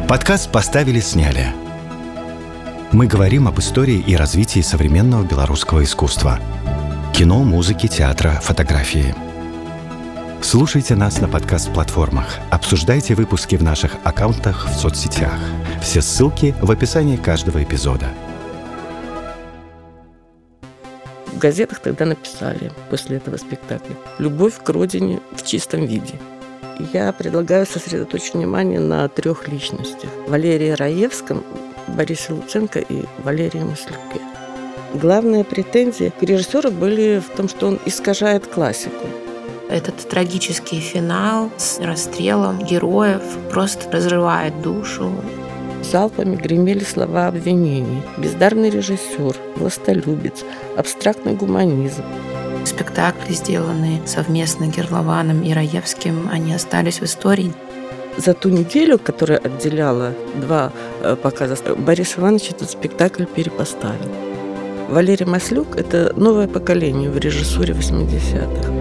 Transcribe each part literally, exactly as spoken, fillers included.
Подкаст «Поставили, сняли». Мы говорим об истории и развитии современного белорусского искусства. Кино, музыки, театра, фотографии. Слушайте нас на подкаст-платформах. Обсуждайте выпуски в наших аккаунтах в соцсетях. Все ссылки в описании каждого эпизода. В газетах тогда написали после этого спектакля «Любовь к родине в чистом виде». Я предлагаю сосредоточить внимание на трех личностях: Валерии Раевском, Борисе Луценко и Валерии Маслюке. Главные претензии к режиссеру были в том, что он искажает классику. Этот трагический финал с расстрелом героев просто разрывает душу. Залпами гремели слова обвинений: бездарный режиссер, властолюбец, абстрактный гуманизм. Спектакли, сделанные совместно Герлованом и Раевским, они остались в истории. За ту неделю, которая отделяла два показа, Борис Иванович этот спектакль перепоставил. Валерий Маслюк – это новое поколение в режиссуре восьмидесятых.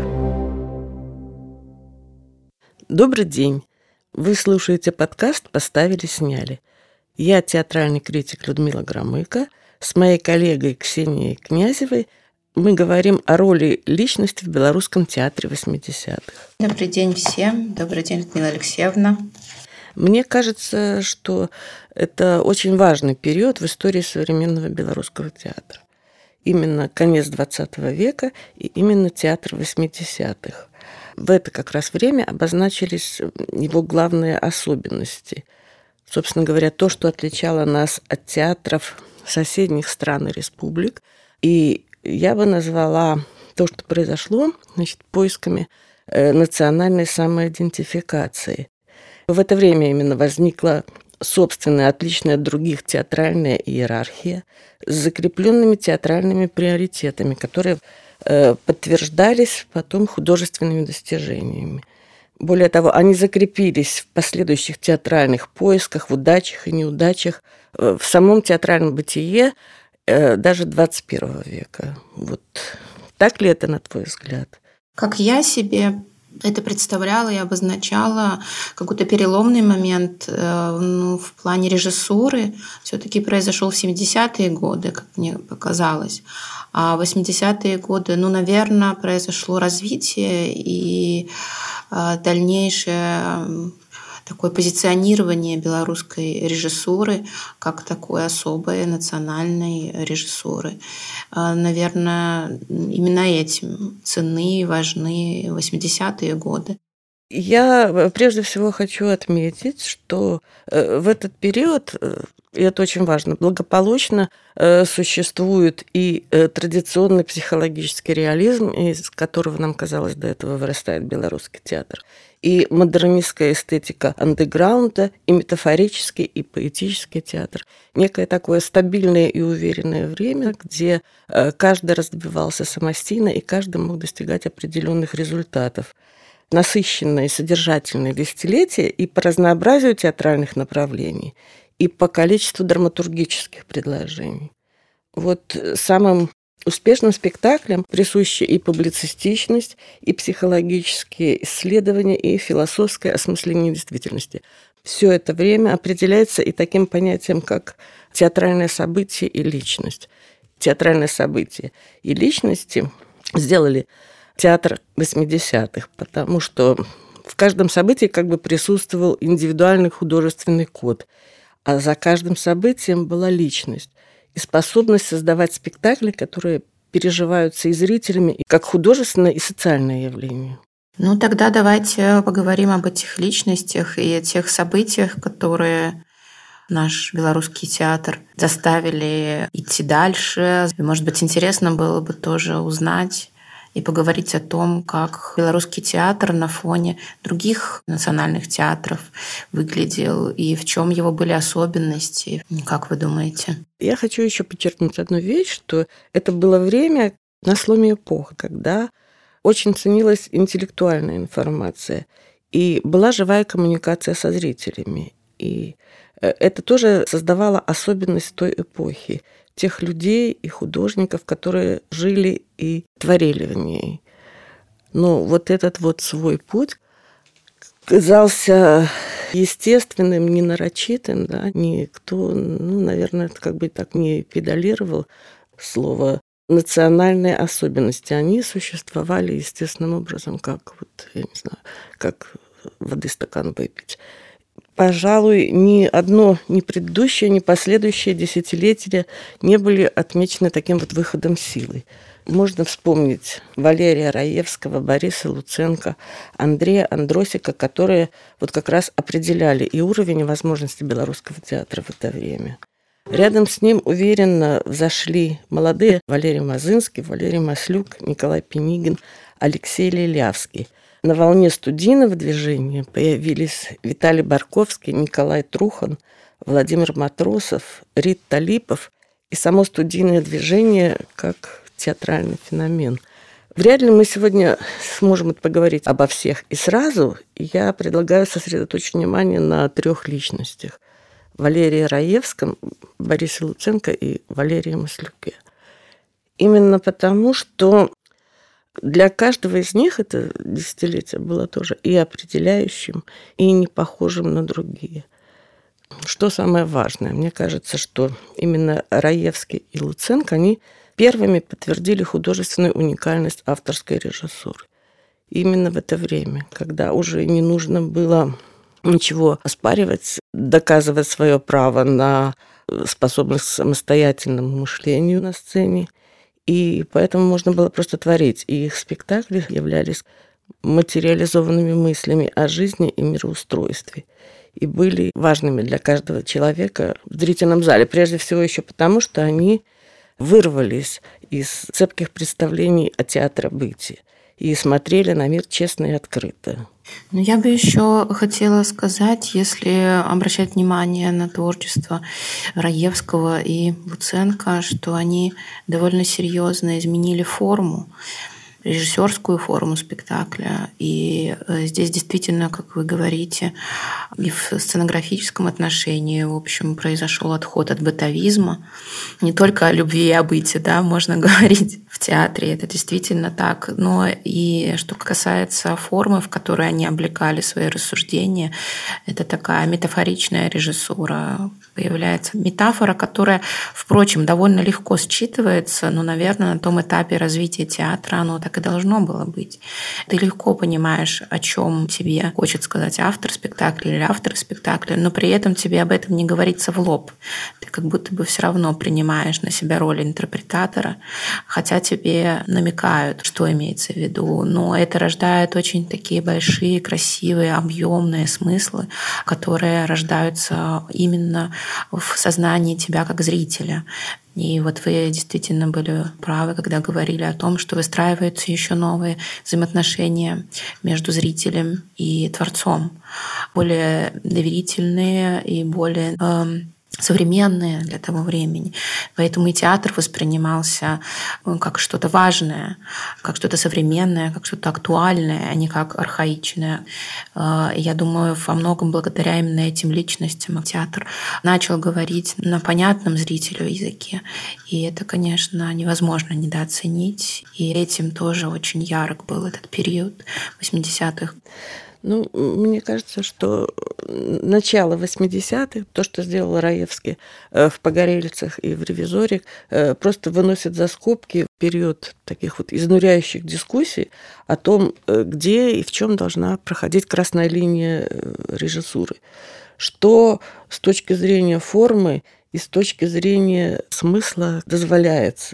Добрый день! Вы слушаете подкаст «Поставили, сняли». Я театральный критик Людмила Громыко. С моей коллегой Ксенией Князевой мы говорим о роли личности в белорусском театре восьмидесятых. Добрый день всем. Добрый день, Людмила Алексеевна. Мне кажется, что это очень важный период в истории современного белорусского театра. Именно конец двадцатого века и именно театр восьмидесятых. В это как раз время обозначились его главные особенности. Собственно говоря, то, что отличало нас от театров соседних стран и республик. И я бы назвала то, что произошло, значит, поисками национальной самоидентификации. В это время именно возникла собственная, отличная от других театральная иерархия с закрепленными театральными приоритетами, которые подтверждались потом художественными достижениями. Более того, они закрепились в последующих театральных поисках, в удачах и неудачах, в самом театральном бытие даже двадцать первого века. Вот так ли это, на твой взгляд? Как я себе это представляла и обозначала, какой-то переломный момент ну, в плане режиссуры все-таки произошел в семидесятые годы, как мне показалось. А в восьмидесятые годы, ну, наверное, произошло развитие и дальнейшее такое позиционирование белорусской режиссуры как такой особой национальной режиссуры. Наверное, именно этим ценны и важны восьмидесятые годы. Я прежде всего хочу отметить, что в этот период, и это очень важно, благополучно существует и традиционный психологический реализм, из которого, нам казалось, до этого вырастает белорусский театр, и модернистская эстетика андеграунда, и метафорический, и поэтический театр. Некое такое стабильное и уверенное время, где каждый развивался самостийно, и каждый мог достигать определенных результатов. Насыщенные, содержательные десятилетия и по разнообразию театральных направлений, и по количеству драматургических предложений. Вот самым успешным спектаклям присущи и публицистичность, и психологические исследования, и философское осмысление действительности. Все это время определяется и таким понятием, как театральное событие и личность. Театральное событие и личности сделали театр восьмидесятых, потому что в каждом событии как бы присутствовал индивидуальный художественный код, а за каждым событием была личность и способность создавать спектакли, которые переживаются и зрителями, и как художественное и социальное явление. Ну, тогда давайте поговорим об этих личностях и о тех событиях, которые наш белорусский театр заставили идти дальше. Может быть, интересно было бы тоже узнать и поговорить о том, как белорусский театр на фоне других национальных театров выглядел и в чем его были особенности. Как вы думаете? Я хочу еще подчеркнуть одну вещь, что это было время на сломе эпох, когда очень ценилась интеллектуальная информация и была живая коммуникация со зрителями. И это тоже создавало особенность той эпохи, тех людей и художников, которые жили и творили в ней. Но вот этот вот свой путь казался естественным, не нарочитым, да, никто, ну, наверное, это как бы так не педалировал слово национальные особенности. Они существовали естественным образом, как вот, я не знаю, как воды стакан выпить. Пожалуй, ни одно, ни предыдущее, ни последующее десятилетие не были отмечены таким вот выходом силы. Можно вспомнить Валерия Раевского, Бориса Луценко, Андрея Андросика, которые вот как раз определяли и уровень, и возможности белорусского театра в это время. Рядом с ним уверенно взошли молодые Валерий Мазынский, Валерий Маслюк, Николай Пенигин, Алексей Лилявский. На волне студийного движения появились Виталий Барковский, Николай Трухан, Владимир Матросов, Рит Талипов и само студийное движение как театральный феномен. Вряд ли мы сегодня сможем поговорить обо всех и сразу. Я предлагаю сосредоточить внимание на трех личностях: Валерии Раевском, Борисе Луценко и Валерии Маслюке. Именно потому, что для каждого из них это десятилетие было тоже и определяющим, и не похожим на другие. Что самое важное? Мне кажется, что именно Раевский и Луценко, они первыми подтвердили художественную уникальность авторской режиссуры. Именно в это время, когда уже не нужно было ничего оспаривать, доказывать свое право на способность к самостоятельному мышлению на сцене. И поэтому можно было просто творить. И их спектакли являлись материализованными мыслями о жизни и мироустройстве. И были важными для каждого человека в зрительном зале. Прежде всего еще потому, что они вырвались из цепких представлений о театробытии и смотрели на мир честно и открыто. Но я бы еще хотела сказать, если обращать внимание на творчество Раевского и Луценко, что они довольно серьезно изменили форму, режиссерскую форму спектакля. И здесь действительно, как вы говорите, и в сценографическом отношении, в общем, произошел отход от бытовизма. Не только о любви и о быте, да, можно говорить в театре, это действительно так, но и что касается формы, в которой они облекали свои рассуждения, это такая метафоричная режиссура. Появляется метафора, которая, впрочем, довольно легко считывается, но, наверное, на том этапе развития театра оно так и должно было быть. Ты легко понимаешь, о чем тебе хочет сказать автор спектакля или автор спектакля, но при этом тебе об этом не говорится в лоб. Ты как будто бы все равно принимаешь на себя роль интерпретатора, хотя тебе намекают, что имеется в виду, но это рождает очень такие большие, красивые, объемные смыслы, которые рождаются именно в сознании тебя как зрителя. И вот вы действительно были правы, когда говорили о том, что выстраиваются еще новые взаимоотношения между зрителем и творцом, более доверительные и более эм, современные для того времени. Поэтому и театр воспринимался как что-то важное, как что-то современное, как что-то актуальное, а не как архаичное. Я думаю, во многом благодаря именно этим личностям театр начал говорить на понятном зрителю языке. И это, конечно, невозможно недооценить. И этим тоже очень ярок был этот период восьмидесятых. Ну, мне кажется, что начало восьмидесятых, то, что сделал Раевский в «Погорельцах» и в «Ревизоре», просто выносит за скобки период таких вот изнуряющих дискуссий о том, где и в чем должна проходить красная линия режиссуры. Что с точки зрения формы и с точки зрения смысла дозволяется.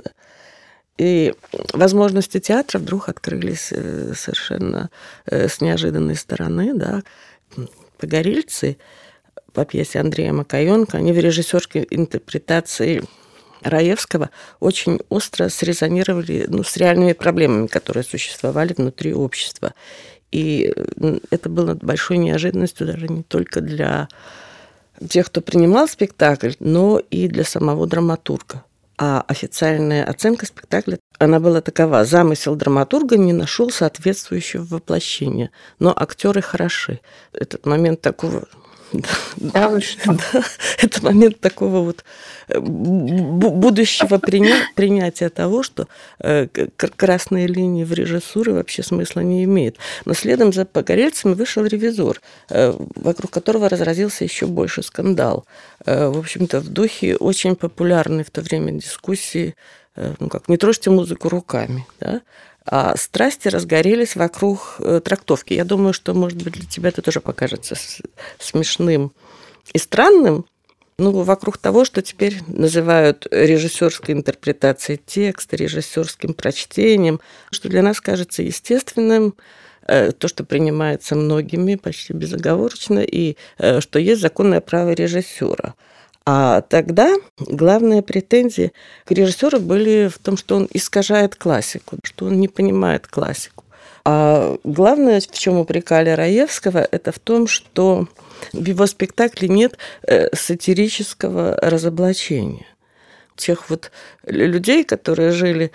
И возможности театра вдруг открылись совершенно с неожиданной стороны. Да. «Погорельцы» по пьесе Андрея Макаёнка, они в режиссерской интерпретации Раевского очень остро срезонировали, ну, с реальными проблемами, которые существовали внутри общества. И это было большой неожиданностью даже не только для тех, кто принимал спектакль, но и для самого драматурга. А официальная оценка спектакля, она была такова: замысел драматурга не нашел соответствующего воплощения, но актеры хороши. Этот момент такого Да, вы что? Да, это момент такого вот будущего приня- принятия того, что э, красные линии в режиссуре вообще смысла не имеет. Но следом за Погорельцами вышел «Ревизор», э, вокруг которого разразился еще больше скандал. Э, в общем-то, в духе очень популярной в то время дискуссии, э, ну как, не трожьте музыку руками, да? А страсти разгорелись вокруг э, трактовки. Я думаю, что, может быть, для тебя это тоже покажется с- смешным и странным, ну, вокруг того, что теперь называют режиссерской интерпретацией текста, режиссерским прочтением, что для нас кажется естественным, э, то, что принимается многими почти безоговорочно, и э, что есть законное право режиссера. А тогда главные претензии к режиссеру были в том, что он искажает классику, что он не понимает классику. А главное, в чем упрекали Раевского, это в том, что в его спектакле нет сатирического разоблачения. Тех вот людей, которые жили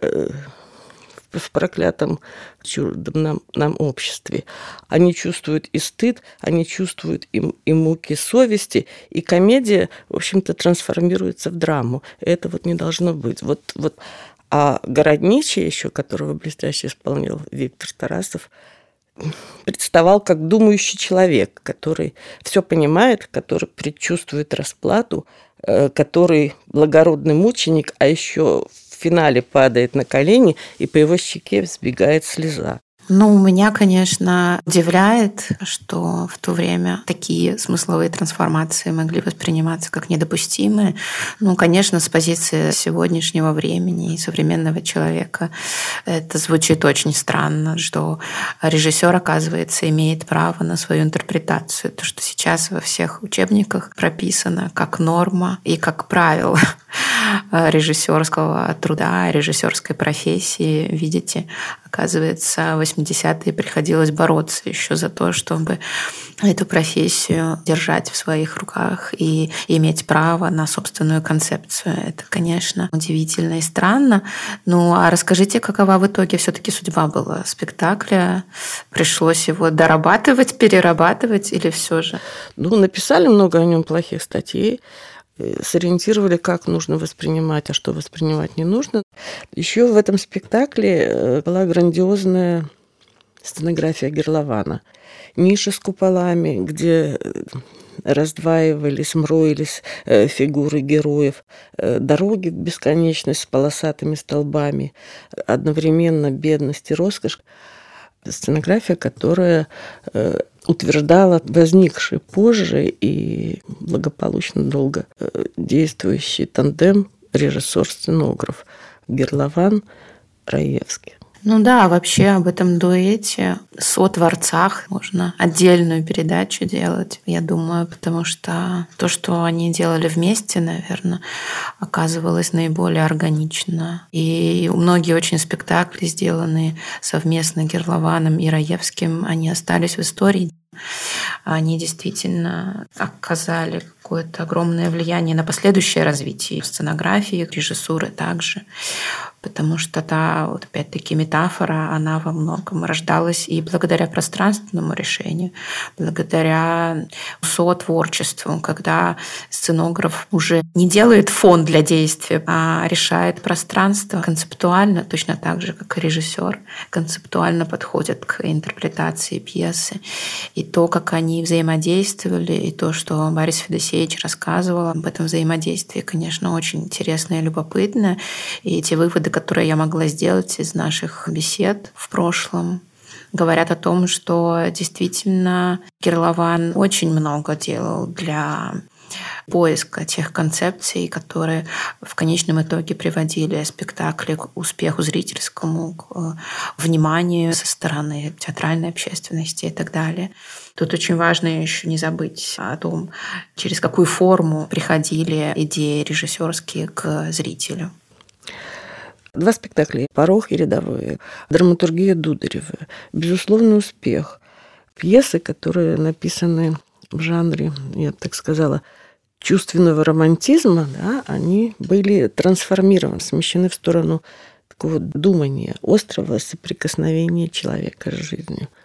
в проклятом, чуждом нам, нам обществе. Они чувствуют и стыд, они чувствуют и, и муки совести, и комедия, в общем-то, трансформируется в драму. И это вот не должно быть. Вот, вот. А Городничий еще, которого блестяще исполнил Виктор Тарасов, представал как думающий человек, который все понимает, который предчувствует расплату, который благородный мученик, а еще в финале падает на колени, и по его щеке взбегает слеза. Ну, меня, конечно, удивляет, что в то время такие смысловые трансформации могли восприниматься как недопустимые. Ну, конечно, с позиции сегодняшнего времени и современного человека это звучит очень странно, что режиссер, оказывается, имеет право на свою интерпретацию. То, что сейчас во всех учебниках прописано как норма и как правило режиссерского труда, режиссерской профессии. Видите, оказывается, в восьмидесятые приходилось бороться еще за то, чтобы эту профессию держать в своих руках и иметь право на собственную концепцию. Это, конечно, удивительно и странно. Ну, а расскажите, какова в итоге все-таки судьба была спектакля? Пришлось его дорабатывать, перерабатывать или все же? Ну, написали много о нем плохих статей, сориентировали, как нужно воспринимать, а что воспринимать не нужно. Еще в этом спектакле была грандиозная сценография Герлована. Ниши с куполами, где раздваивались, мроились фигуры героев, дороги в бесконечность с полосатыми столбами, одновременно бедность и роскошь. Сценография, которая утверждала возникший позже и благополучно долго действующий тандем режиссер-сценограф Герлован-Раевский. Ну да, вообще об этом дуэте, сотворцах можно отдельную передачу делать, я думаю, потому что то, что они делали вместе, наверное, оказывалось наиболее органично. И многие очень спектакли, сделанные совместно Герлованом и Раевским, они остались в истории. Они действительно оказали какое-то огромное влияние на последующее развитие сценографии, режиссуры также. Потому что та, вот опять-таки, метафора, она во многом рождалась и благодаря пространственному решению, благодаря сотворчеству, когда сценограф уже не делает фон для действия, а решает пространство концептуально, точно так же, как и режиссер концептуально подходит к интерпретации пьесы. И то, как они взаимодействовали, и то, что Борис Федосеевич рассказывал об этом взаимодействии, конечно, очень интересно и любопытно. И эти выводы, которые я могла сделать из наших бесед в прошлом, говорят о том, что действительно Герлован очень много делал для поиска тех концепций, которые в конечном итоге приводили спектакли к успеху зрительскому, к вниманию со стороны театральной общественности и так далее. Тут очень важно еще не забыть о том, через какую форму приходили идеи режиссерские к зрителю. Два спектакля «Порох» и «Рядовые», драматургия Дударева, безусловный успех. Пьесы, которые написаны в жанре, я бы так сказала, чувственного романтизма, да, они были трансформированы, смещены в сторону такого думания, острого соприкосновения человека с жизнью.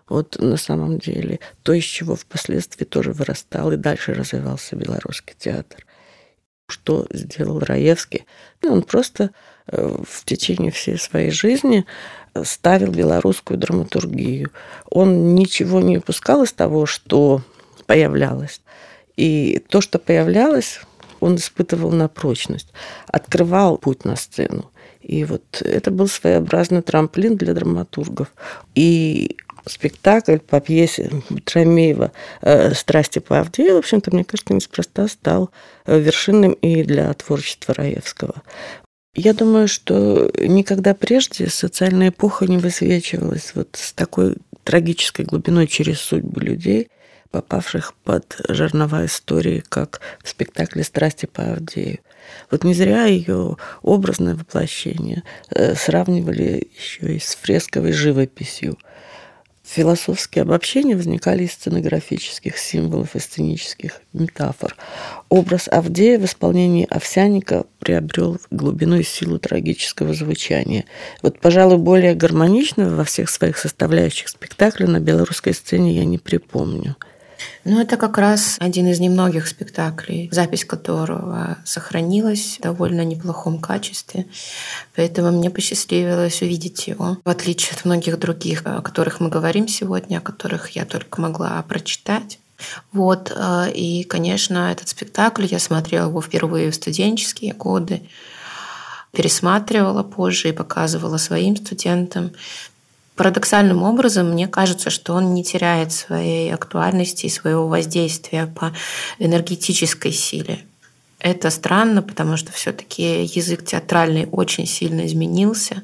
вот на самом деле то, из чего впоследствии тоже вырастал и дальше развивался белорусский театр. Что сделал Раевский? Ну, он просто в течение всей своей жизни ставил белорусскую драматургию. Он ничего не упускал из того, что появлялось. И то, что появлялось, он испытывал на прочность, открывал путь на сцену. И вот это был своеобразный трамплин для драматургов. И спектакль по пьесе Тромеева «Страсти по Авдею», в общем-то, мне кажется, неспроста стал вершинным и для творчества Раевского. Я думаю, что никогда прежде социальная эпоха не высвечивалась вот с такой трагической глубиной через судьбы людей, попавших под жернова истории, как в спектакле «Страсти по Авдею». Вот не зря ее образное воплощение сравнивали еще и с фресковой живописью. Философские обобщения возникали из сценографических символов и сценических метафор. Образ Авдея в исполнении Овсянника приобрел глубину и силу трагического звучания. Вот, пожалуй, более гармоничного во всех своих составляющих спектакля на белорусской сцене я не припомню. Ну, это как раз один из немногих спектаклей, запись которого сохранилась в довольно неплохом качестве. Поэтому мне посчастливилось увидеть его, в отличие от многих других, о которых мы говорим сегодня, о которых я только могла прочитать. Вот. И, конечно, этот спектакль я смотрела его впервые в студенческие годы, пересматривала позже и показывала своим студентам. Парадоксальным образом, мне кажется, что он не теряет своей актуальности и своего воздействия по энергетической силе. Это странно, потому что все-таки язык театральный очень сильно изменился,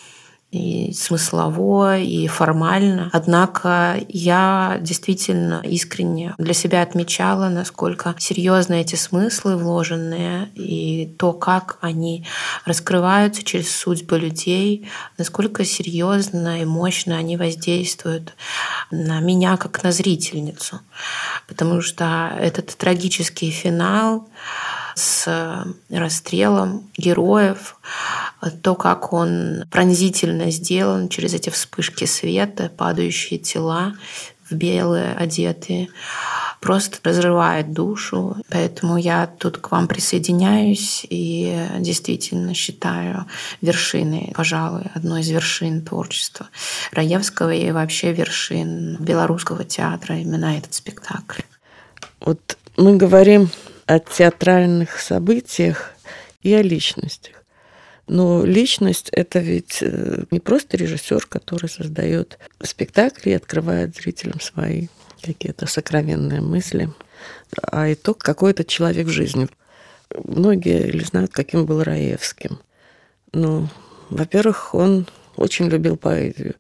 и смыслово, и формально. Однако я действительно искренне для себя отмечала, насколько серьезны эти смыслы вложенные, и то, как они раскрываются через судьбы людей, насколько серьезно и мощно они воздействуют на меня как на зрительницу. Потому что этот трагический финал с расстрелом героев, то, как он пронзительно сделан через эти вспышки света, падающие тела в белые одетые, просто разрывает душу. Поэтому я тут к вам присоединяюсь и действительно считаю вершиной, пожалуй, одной из вершин творчества Раевского и вообще вершин белорусского театра именно этот спектакль. Вот мы говорим о театральных событиях и о личностях. Но личность – это ведь не просто режиссер, который создает спектакли и открывает зрителям свои какие-то сокровенные мысли, а итог какой-то человек в жизни. Многие ли знают, каким был Раевским. Ну, во-первых, он очень любил поэзию,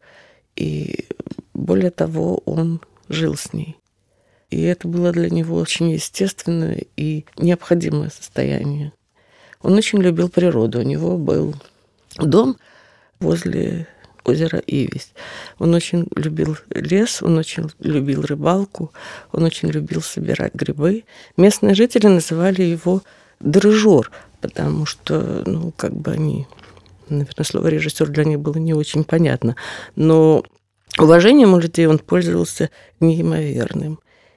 и более того, он жил с ней. И это было для него очень естественное и необходимое состояние. Он очень любил природу. У него был дом возле озера Ивись. Он очень любил лес, он очень любил рыбалку, он очень любил собирать грибы. Местные жители называли его дирижер, потому что, ну, как бы они... Наверное, слово «режиссер» для них было не очень понятно. Но уважением у людей он пользовался неимоверным.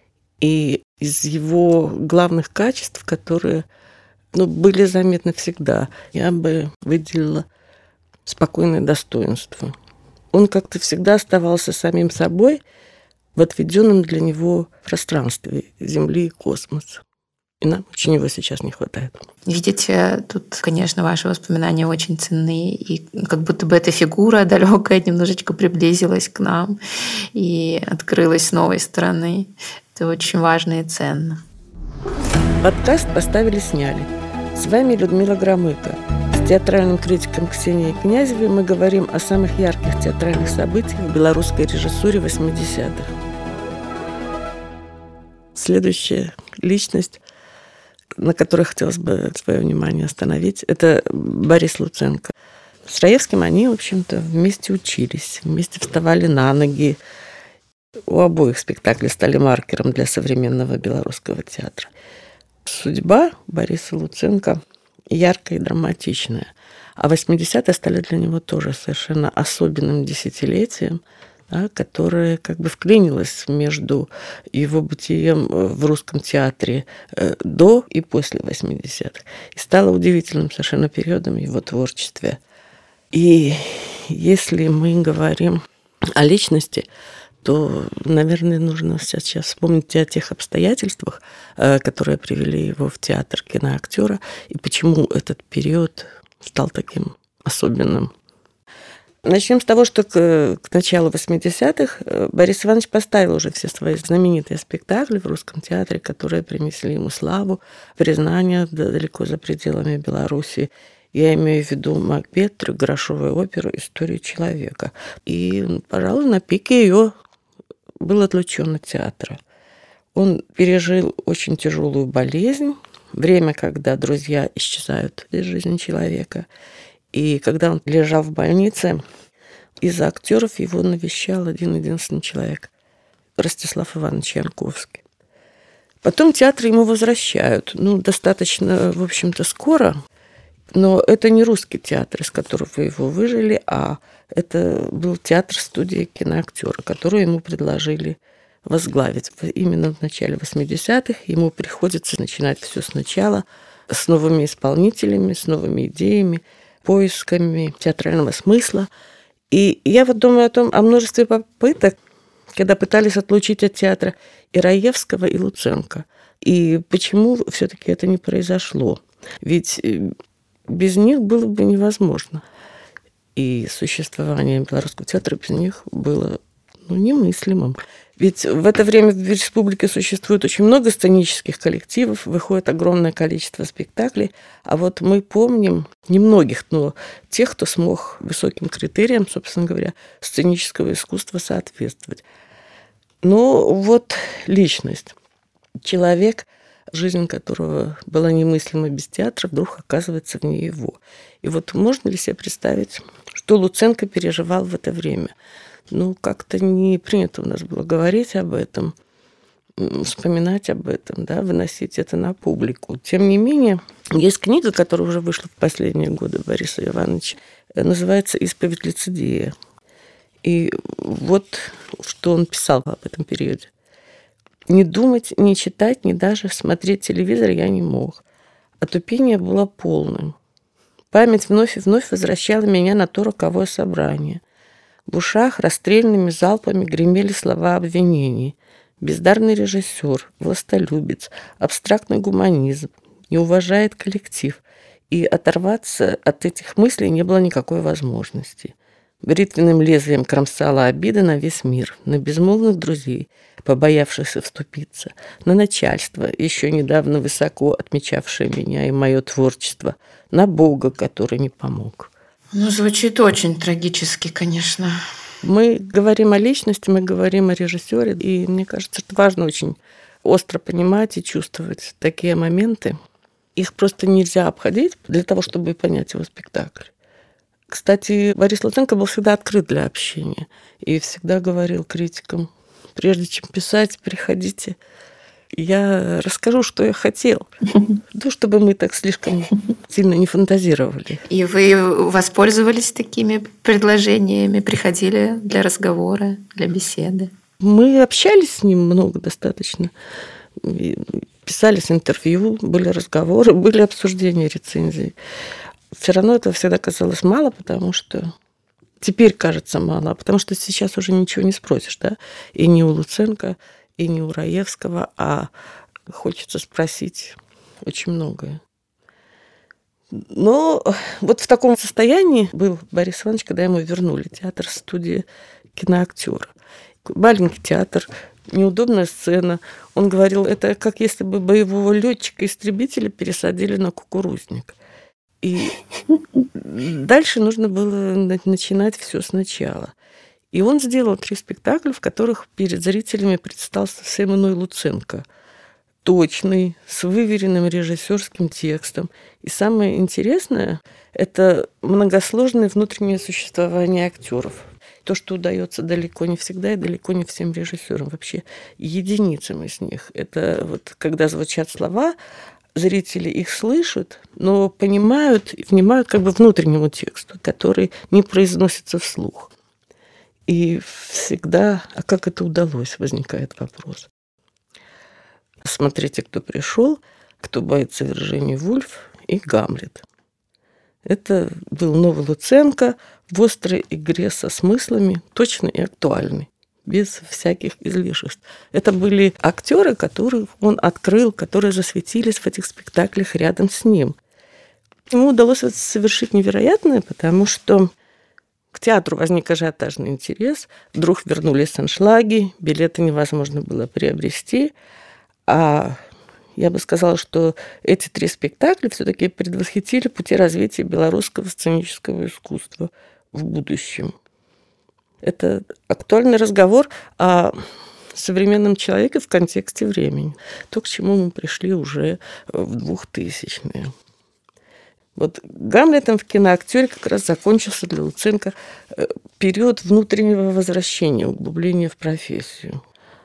И из его главных качеств, которые ну, были заметны всегда, я бы выделила спокойное достоинство. Он как-то всегда оставался самим собой в отведенном для него пространстве Земли и космоса. И нам очень его сейчас не хватает. Видите, тут, конечно, ваши воспоминания очень ценны, и как будто бы эта фигура далекая немножечко приблизилась к нам и открылась с новой стороны. Это очень важно и ценно. Подкаст «Поставили-сняли». С вами Людмила Громыко. С театральным критиком Ксенией Князевой мы говорим о самых ярких театральных событиях в белорусской режиссуре восьмидесятых. Следующая личность, на которой хотелось бы свое внимание остановить, это Борис Луценко. С Раевским они, в общем-то, вместе учились, вместе вставали на ноги. У обоих спектакли стали маркером для современного белорусского театра. Судьба Бориса Луценко яркая и драматичная. А восьмидесятые стали для него тоже совершенно особенным десятилетием. да, которая как бы вклинилась между его бытием в русском театре до и после восьмидесятых и стала удивительным совершенно периодом его творчества. И если мы говорим о личности, то, наверное, нужно сейчас вспомнить о тех обстоятельствах, которые привели его в театр киноактера, и почему этот период стал таким особенным. Начнем с того, что к, к началу восьмидесятых Борис Иванович поставил уже все свои знаменитые спектакли в русском театре, которые принесли ему славу, признание далеко за пределами Беларуси. Я имею в виду «Макбет», трехгрошовую оперу «Историю человека». И, пожалуй, на пике ее был отлучен от театра. Он пережил очень тяжелую болезнь, время, когда друзья исчезают из жизни человека. И когда он лежал в больнице, из актеров его навещал один-единственный человек – Ростислав Иванович Янковский. Потом театр ему возвращают, ну, достаточно, в общем-то, скоро, но это не русский театр, из которого его выжили, а это был театр-студия киноактера, которую ему предложили возглавить. Именно в начале восьмидесятых ему приходится начинать все сначала, с новыми исполнителями, с новыми идеями, поисками театрального смысла. И я вот думаю о том, о множестве попыток, когда пытались отлучить от театра и Раевского, и Луценко. И почему все-таки это не произошло? Ведь без них было бы невозможно. И существование Белорусского театра без них было, ну, немыслимым. Ведь в это время в республике существует очень много сценических коллективов, выходит огромное количество спектаклей, а вот мы помним немногих, но тех, кто смог высоким критериям, собственно говоря, сценического искусства соответствовать. Но вот личность. Человек, жизнь которого была немыслима без театра, вдруг оказывается вне его. И вот можно ли себе представить, что Луценко переживал в это время? Ну, как-то не принято у нас было говорить об этом, вспоминать об этом, да, выносить это на публику. Тем не менее, есть книга, которая уже вышла в последние годы Бориса Ивановича, называется «Исповедь лицедея». И вот что он писал об этом периоде. «Не думать, не читать, не даже смотреть телевизор я не мог. Отупение было полным. Память вновь и вновь возвращала меня на то роковое собрание. В ушах расстрельными залпами гремели слова обвинений. Бездарный режиссер, властолюбец, абстрактный гуманизм, не уважает коллектив. И оторваться от этих мыслей не было никакой возможности. Бритвенным лезвием кромсала обида на весь мир, на безмолвных друзей, побоявшихся вступиться, на начальство, еще недавно высоко отмечавшее меня и мое творчество, на Бога, который не помог». Ну, звучит очень трагически, конечно. Мы говорим о личности, мы говорим о режиссере, и мне кажется, что важно очень остро понимать и чувствовать такие моменты. Их просто нельзя обходить для того, чтобы понять его спектакль. Кстати, Борис Луценко был всегда открыт для общения и всегда говорил критикам: прежде чем писать, приходите, я расскажу, что я хотел. Ну, чтобы мы так слишком сильно не фантазировали. И вы воспользовались такими предложениями, приходили для разговора, для беседы? Мы общались с ним много достаточно. Писались интервью, были разговоры, были обсуждения рецензий. Все равно этого всегда казалось мало, потому что теперь кажется мало, потому что сейчас уже ничего не спросишь, да? И не у Луценко, и не у Раевского, а хочется спросить очень многое. Но вот в таком состоянии был Борис Иванович, когда ему вернули театр-студия киноактера. Маленький театр, неудобная сцена. Он говорил, это как если бы боевого летчика-истребителя пересадили на кукурузник. И дальше нужно было начинать все сначала. И он сделал три спектакля, в которых перед зрителями предстал совсем иной Луценко. Точный, с выверенным режиссерским текстом. И самое интересное – это многосложное внутреннее существование актеров. То, что удается далеко не всегда и далеко не всем режиссерам, вообще единицам из них. Это вот когда звучат слова, зрители их слышат, но понимают и внимают как бы внутреннему тексту, который не произносится вслух. И всегда, а как это удалось, возникает вопрос. Смотрите, кто пришел, кто боится Вирджинии Вульф и Гамлет. Это был новый Луценко в острой игре со смыслами, точно и актуальный, без всяких излишеств. Это были актеры, которых он открыл, которые засветились в этих спектаклях рядом с ним. Ему удалось совершить невероятное, потому что к театру возник ажиотажный интерес. Вдруг вернулись аншлаги, билеты невозможно было приобрести. А я бы сказала, что эти три спектакля все-таки предвосхитили пути развития белорусского сценического искусства в будущем. Это актуальный разговор о современном человеке в контексте времени. То, к чему мы пришли уже в двухтысячные. Вот Гамлетом в киноактере как раз закончился для Луценко период внутреннего возвращения, углубления в профессию.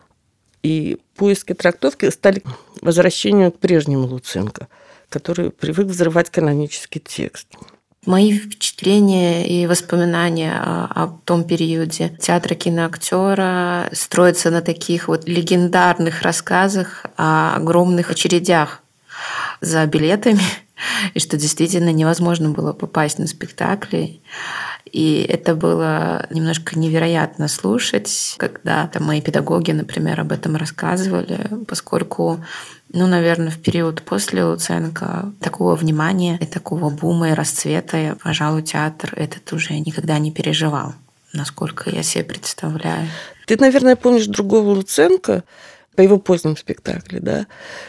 И поиски трактовки стали возвращением к прежнему Луценко, который привык взрывать канонический текст. Мои впечатления и воспоминания о, о том периоде театра киноактера строятся на таких вот легендарных рассказах о огромных очередях за билетами, и что действительно невозможно было попасть на спектакли. И это было немножко невероятно слушать, когда там мои педагоги, например, об этом рассказывали, поскольку, ну, наверное, в период после Луценко такого внимания и такого бума и расцвета, пожалуй, театр этот уже никогда не переживал, насколько я себе представляю. Ты, наверное, помнишь другого Луценко по его позднем спектакле, да,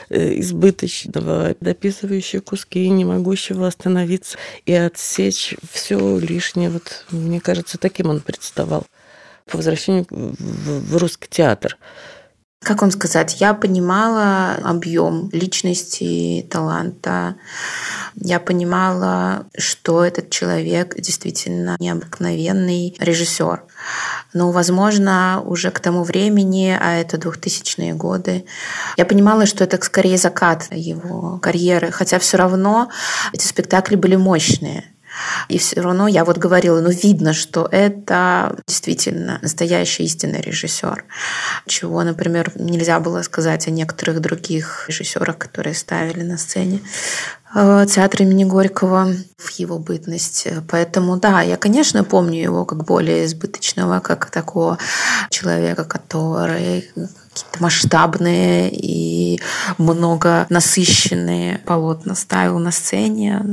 избыточного, дописывающего куски, не могущего остановиться и отсечь все лишнее. Вот, мне кажется, таким он представал по возвращению в русский театр. Как вам сказать, я понимала объем личности, таланта. Я понимала, что этот человек действительно необыкновенный режиссер. Но, возможно, уже к тому времени, а это двухтысячные годы, я понимала, что это скорее закат его карьеры. Хотя все равно эти спектакли были мощные. И все равно я вот говорила, ну видно, что это действительно настоящий истинный режиссер, чего, например, нельзя было сказать о некоторых других режиссерах, которые ставили на сцене театр имени Горького в его бытность. Поэтому, да, я, конечно, помню его как более избыточного, как такого человека, который какие-то масштабные и много насыщенные полотна ставил на сцене.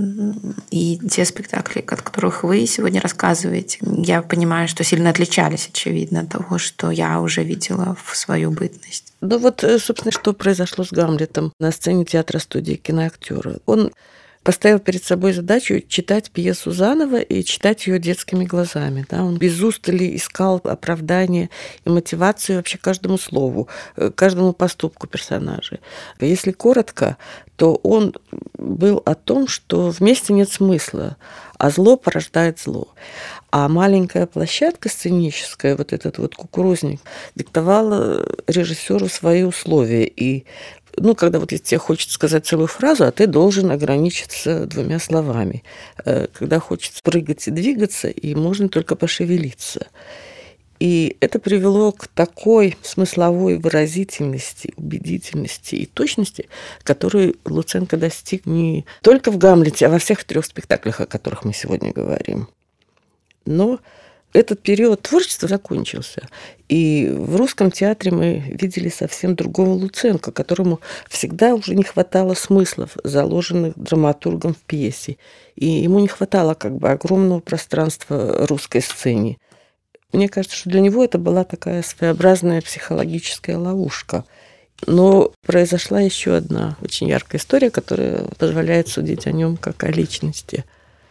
И те спектакли, от которых вы сегодня рассказываете, я понимаю, что сильно отличались, очевидно, от того, что я уже видела в свою бытность. Ну вот, собственно, что произошло с Гамлетом на сцене театра-студии киноактера. Он поставил перед собой задачу читать пьесу заново и читать ее детскими глазами. Да? Он без устали искал оправдание и мотивацию вообще каждому слову, каждому поступку персонажей. Если коротко, то он был о том, что вместе нет смысла, а зло порождает зло. А маленькая площадка сценическая, вот этот вот кукурузник, диктовала режиссеру свои условия. И ну, когда вот тебе хочется сказать целую фразу, а ты должен ограничиться двумя словами. Когда хочется прыгать и двигаться, и можно только пошевелиться. И это привело к такой смысловой выразительности, убедительности и точности, которой Луценко достиг не только в «Гамлете», а во всех трех спектаклях, о которых мы сегодня говорим. Но этот период творчества закончился. И в русском театре мы видели совсем другого Луценко, которому всегда уже не хватало смыслов, заложенных драматургом в пьесе. И ему не хватало как бы огромного пространства русской сцене. Мне кажется, что для него это была такая своеобразная психологическая ловушка. Но произошла еще одна очень яркая история, которая позволяет судить о нем как о личности.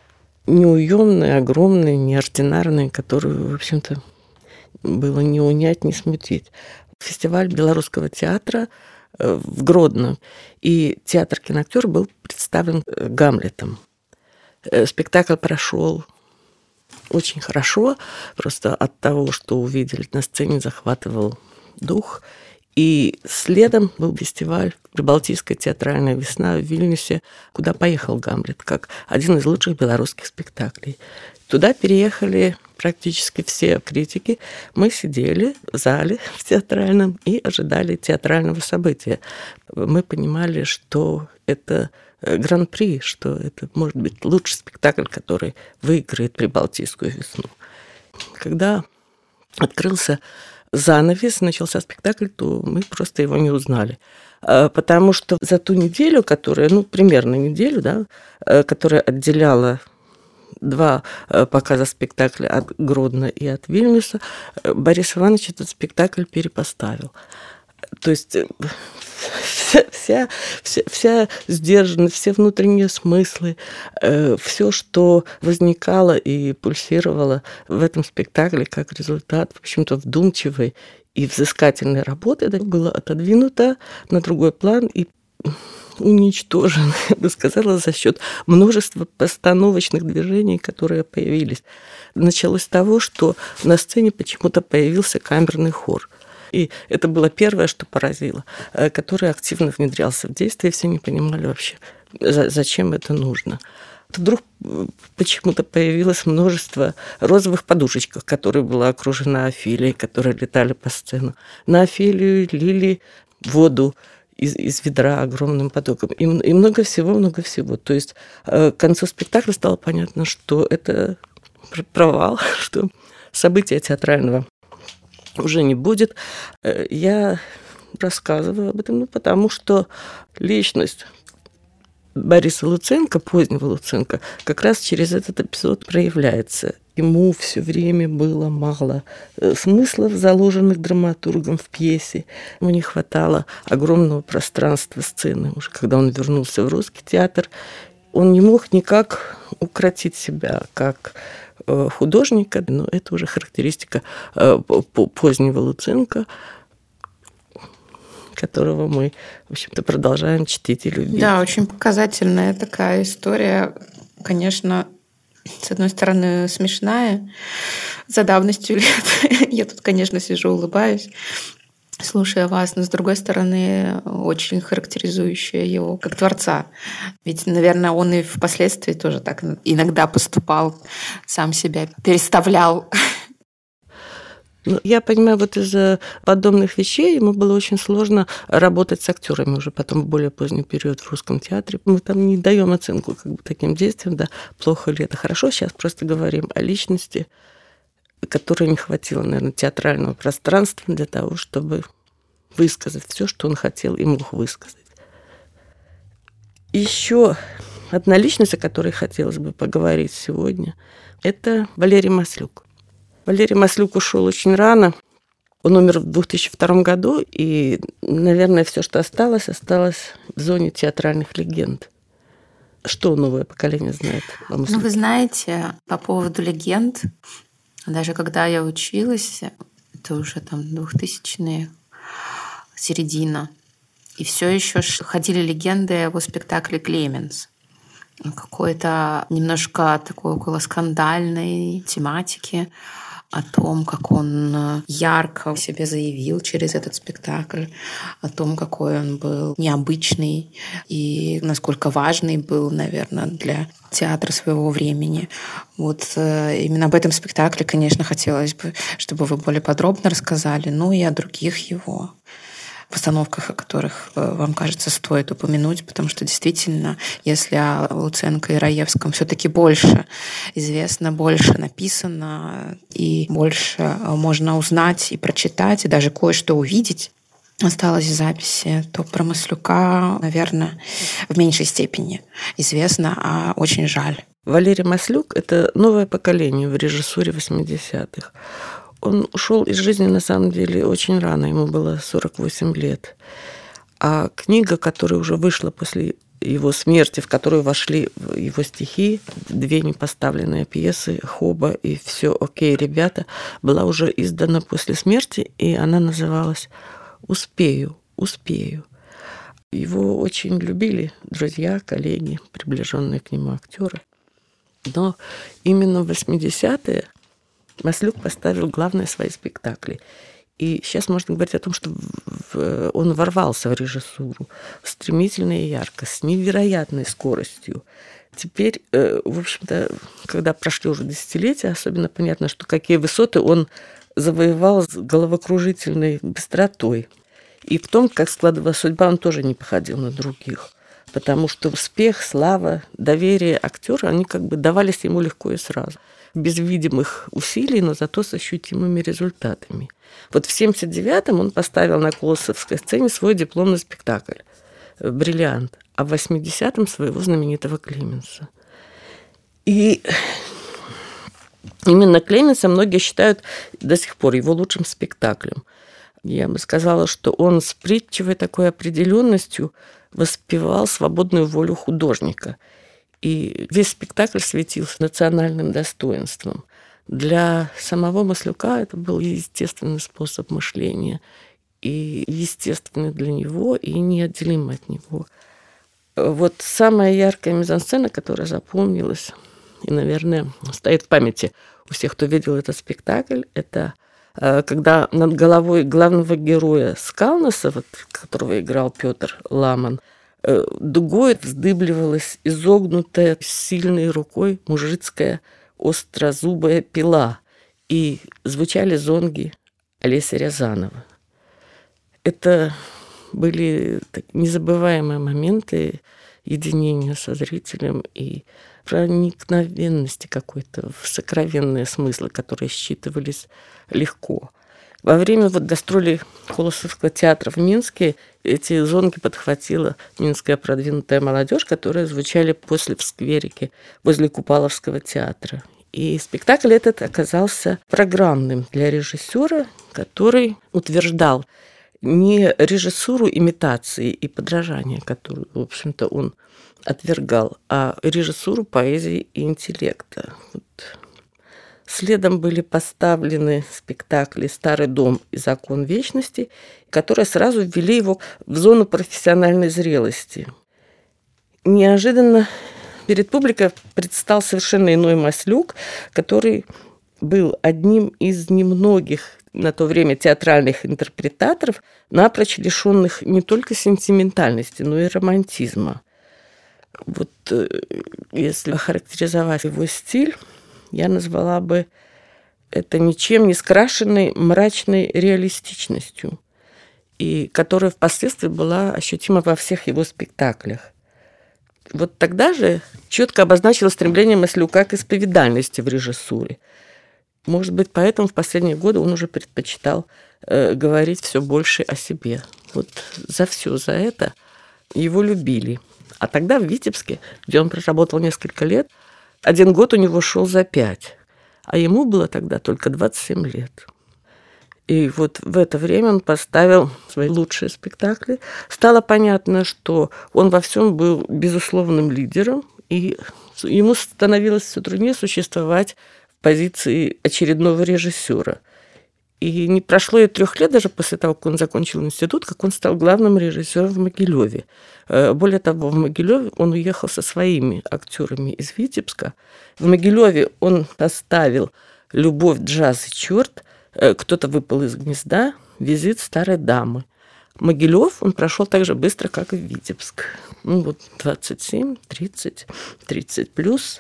Неуемный, огромный, неординарный, которую, в общем-то, было не унять, не смутить. Фестиваль белорусского театра в Гродно. И театр киноактер был представлен Гамлетом. Спектакль прошел очень хорошо, просто от того, что увидели на сцене, захватывал дух. И следом был фестиваль «Прибалтийская театральная весна» в Вильнюсе, куда поехал Гамлет, как один из лучших белорусских спектаклей. Туда переехали практически все критики. Мы сидели в зале в театральном и ожидали театрального события. Мы понимали, что это гран-при, что это может быть лучший спектакль, который выиграет Прибалтийскую весну. Когда открылся занавес, начался спектакль, то мы просто его не узнали. Потому что за ту неделю, которая, ну, примерно неделю, да, которая отделяла два показа спектакля от Гродно и от Вильнюса, Борис Иванович этот спектакль перепоставил. То есть вся, вся, вся, вся сдержанность, все внутренние смыслы, э, все, что возникало и пульсировало в этом спектакле как результат, в общем-то, вдумчивой и взыскательной работы, это было отодвинуто на другой план и уничтожено, я бы сказала, за счет множества постановочных движений, которые появились. Началось с того, что на сцене почему-то появился камерный хор. И это было первое, что поразило, который активно внедрялся в действие, и все не понимали вообще, зачем это нужно. Вдруг почему-то появилось множество розовых подушечек, которые была окружена Офелией, которые летали по сцену. На Офелию лили воду из, из ведра огромным потоком. И, и много всего, много всего. То есть к концу спектакля стало понятно, что это провал, что события театрального уже не будет. Я рассказываю об этом, ну, потому что личность Бориса Луценко, позднего Луценко, как раз через этот эпизод проявляется. Ему все время было мало смыслов, заложенных драматургом в пьесе. Ему не хватало огромного пространства сцены. Уже когда он вернулся в русский театр, он не мог никак укротить себя как художника, но это уже характеристика позднего Луценко, которого мы, в общем-то, продолжаем чтить и любить. Да, очень показательная такая история. Конечно, с одной стороны, смешная, за давностью лет. Я тут, конечно, сижу, улыбаюсь, слушая вас, но, с другой стороны, очень характеризующая его как творца. Ведь, наверное, он и впоследствии тоже так иногда поступал, сам себя переставлял. Ну, я понимаю, вот из-за подобных вещей ему было очень сложно работать с актерами уже потом в более поздний период в русском театре. Мы там не даем оценку как бы таким действиям, да, плохо ли это, хорошо. Сейчас просто говорим о личности, которой не хватило, наверное, театрального пространства для того, чтобы высказать все, что он хотел и мог высказать. Еще одна личность, о которой хотелось бы поговорить сегодня, это Валерий Маслюк. Валерий Маслюк ушел очень рано. Он умер в две тысячи втором году, и, наверное, все, что осталось, осталось в зоне театральных легенд. Что новое поколение знает о Маслюке? Ну, вы знаете, по поводу легенд, даже когда я училась, это уже там двухтысячные, середина, и все еще ходили легенды о его спектакле «Клеменс». Какой-то немножко такой около скандальной тематики, о том, как он ярко себе заявил через этот спектакль, о том, какой он был необычный и насколько важный был, наверное, для театра своего времени. Вот именно об этом спектакле, конечно, хотелось бы, чтобы вы более подробно рассказали, ну и о других его постановках, о которых, вам кажется, стоит упомянуть, потому что действительно, если о Луценко и Раевском все-таки больше известно, больше написано, и больше можно узнать и прочитать, и даже кое-что увидеть, осталось в записи, то про Маслюка, наверное, в меньшей степени известно, а очень жаль. Валерий Маслюк – это новое поколение в режиссуре восьмидесятых. Он ушел из жизни, на самом деле, очень рано, ему было сорок восемь лет. А книга, которая уже вышла после его смерти, в которую вошли его стихи, две непоставленные пьесы «Хоба» и «Все окей, ребята», была уже издана после смерти, и она называлась «Успею, успею». Его очень любили друзья, коллеги, приближенные к нему актеры. Но именно в восьмидесятые Маслюк поставил главные свои спектакли. И сейчас можно говорить о том, что в, он ворвался в режиссуру стремительно и ярко, с невероятной скоростью. Теперь, в общем-то, когда прошли уже десятилетия, особенно понятно, что какие высоты он завоевал с головокружительной быстротой. И в том, как складывалась судьба, он тоже не походил на других. Потому что успех, слава, доверие актера, они как бы давались ему легко и сразу. Без видимых усилий, но зато с ощутимыми результатами. Вот в семьдесят девятом он поставил на Колосовской сцене свой дипломный спектакль «Бриллиант», а в восьмидесятом своего знаменитого «Клеменса». И именно «Клеменса» многие считают до сих пор его лучшим спектаклем. Я бы сказала, что он с притчевой такой определенностью воспевал свободную волю художника. И весь спектакль светился национальным достоинством. Для самого Маслюка это был естественный способ мышления, и естественный для него, и неотделимый от него. Вот самая яркая мизансцена, которая запомнилась, и, наверное, стоит в памяти у всех, кто видел этот спектакль, это когда над головой главного героя Скалнеса, вот, которого играл Петр Ламан, дугой вздыбливалась изогнутая сильной рукой мужицкая острозубая пила, и звучали зонги Олеся Рязанова. Это были незабываемые моменты единения со зрителем и проникновенности какой-то в сокровенные смыслы, которые считывались легко. Во время вот гастролей Колосовского театра в Минске эти зонги подхватила минская продвинутая молодежь, которые звучали после в скверике возле Купаловского театра. И спектакль этот оказался программным для режиссера, который утверждал не режиссуру имитации и подражания, которую, в общем-то, он отвергал, а режиссуру поэзии и интеллекта. Вот. Следом были поставлены спектакли «Старый дом» и «Закон вечности», которые сразу ввели его в зону профессиональной зрелости. Неожиданно перед публикой предстал совершенно иной Маслюк, который был одним из немногих на то время театральных интерпретаторов, напрочь лишенных не только сентиментальности, но и романтизма. Вот если охарактеризовать его стиль, я назвала бы это ничем не скрашенной мрачной реалистичностью, и которая впоследствии была ощутима во всех его спектаклях. Вот тогда же четко обозначилось стремление Маслюка к исповедальности в режиссуре. Может быть, поэтому в последние годы он уже предпочитал э, говорить все больше о себе. Вот за все за это его любили. А тогда в Витебске, где он проработал несколько лет, один год у него шел за пять, а ему было тогда только двадцать семь лет. И вот в это время он поставил свои лучшие спектакли. Стало понятно, что он во всем был безусловным лидером, и ему становилось все труднее существовать в позиции очередного режиссера. И не прошло и трех лет даже после того, как он закончил институт, как он стал главным режиссером в Могилеве. Более того, в Могилеве он уехал со своими актерами из Витебска. В Могилеве он поставил «Любовь, джаз и черт», «Кто-то выпал из гнезда», «Визит старой дамы». Могилев он прошел так же быстро, как и Витебск. Ну вот двадцать семь, тридцать, тридцать плюс.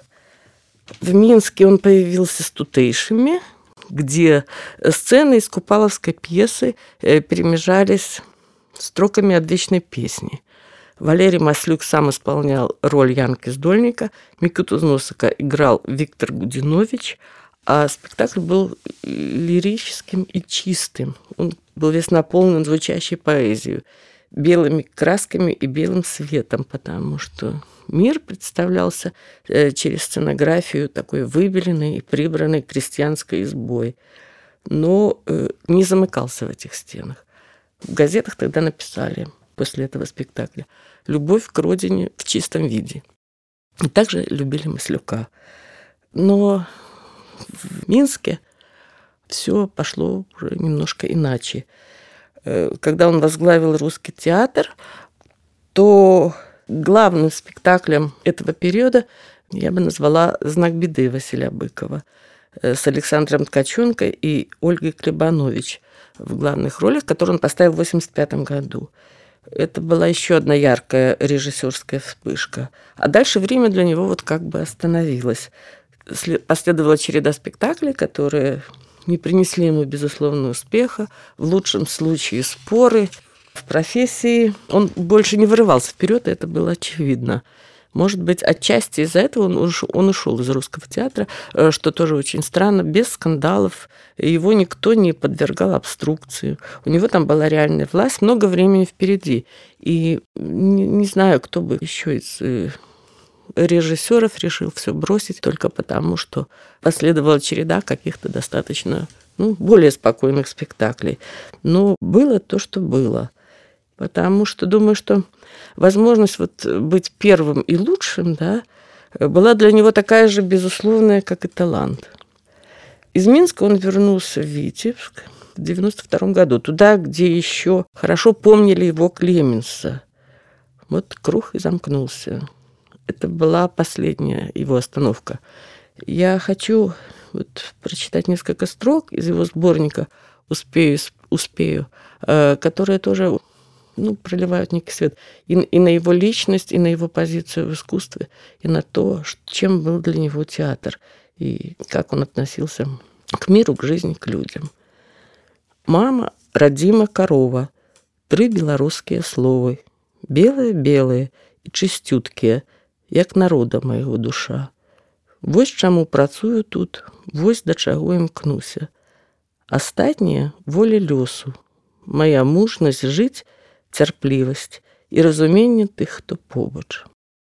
В Минске он появился с «Тутейшими», где сцены из купаловской пьесы перемежались строками отвечной песни. Валерий Маслюк сам исполнял роль Янки Сдольника, Микиту Зносика играл Виктор Гудинович, а спектакль был лирическим и чистым. Он был весь наполнен звучащей поэзией, белыми красками и белым светом, потому что мир представлялся через сценографию такой выбеленной и прибранной крестьянской избой, но не замыкался в этих стенах. В газетах тогда написали после этого спектакля «Любовь к родине в чистом виде». И также любили Маслюка. Но в Минске все пошло уже немножко иначе. Когда он возглавил Русский театр, то главным спектаклем этого периода я бы назвала «Знак беды» Василия Быкова. с Александром Ткаченко и Ольгой Клебанович в главных ролях, которую он поставил в восемьдесят пятом году. Это была еще одна яркая режиссерская вспышка. А дальше время для него вот как бы остановилось. Последовала череда спектаклей, которые не принесли ему безусловного успеха. В лучшем случае споры. В профессии он больше не вырывался вперед, и это было очевидно. Может быть, отчасти из-за этого он ушел, он ушел из русского театра, что тоже очень странно, без скандалов. Его никто не подвергал обструкции. У него там была реальная власть, много времени впереди. И не, не знаю, кто бы еще из режиссеров решил все бросить только потому, что последовала череда каких-то достаточно, ну, более спокойных спектаклей. Но было то, что было. Потому что думаю, что возможность вот быть первым и лучшим, да, была для него такая же безусловная, как и талант. Из Минска он вернулся в Витебск в девяносто втором году, туда, где еще хорошо помнили его Клеменса. Вот круг и замкнулся. Это была последняя его остановка. Я хочу вот прочитать несколько строк из его сборника «Успею, успею», которые тоже, ну, проливают некий свет и, и на его личность, и на его позицию в искусстве, и на то, чем был для него театр, и как он относился к миру, к жизни, к людям. «Мама, родима корова, три белорусские словы, белые-белые и чистюткие, як народа майго душа. Вось чаму працую тут, вось да чаго імкнуся. Астатняе воля лёсу, моя мужнасць жыць, терпливость и разумение тех, кто побач».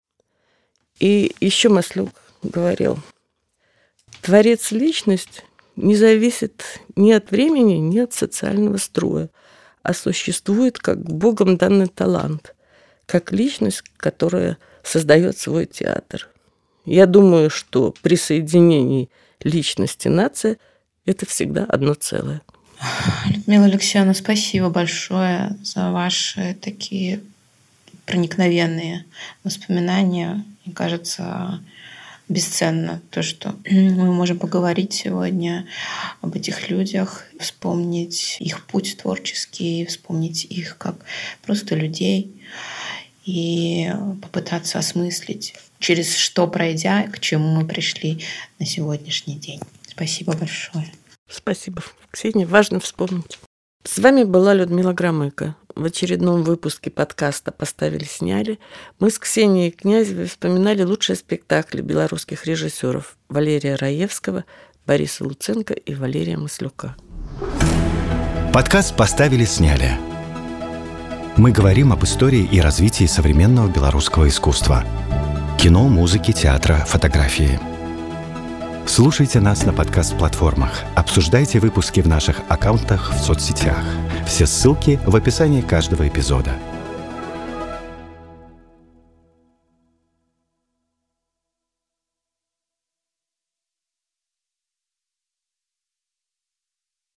И еще Маслюк говорил: творец личность не зависит ни от времени, ни от социального строя, а существует как Богом данный талант, как личность, которая создает свой театр. Я думаю, что при соединении личности нации это всегда одно целое. Людмила Алексеевна, спасибо большое за ваши такие проникновенные воспоминания. Мне кажется, бесценно то, что мы можем поговорить сегодня об этих людях, вспомнить их путь творческий, вспомнить их как просто людей и попытаться осмыслить, через что пройдя, к чему мы пришли на сегодняшний день. Спасибо большое. Спасибо, Ксения. Важно вспомнить. С вами была Людмила Громыко. В очередном выпуске подкаста «Поставили-сняли» мы с Ксенией Князевой вспоминали лучшие спектакли белорусских режиссеров Валерия Раевского, Бориса Луценко и Валерия Маслюка. Подкаст «Поставили-сняли». Мы говорим об истории и развитии современного белорусского искусства. Кино, музыки, театра, фотографии. Слушайте нас на подкаст-платформах. Обсуждайте выпуски в наших аккаунтах в соцсетях. Все ссылки в описании каждого эпизода.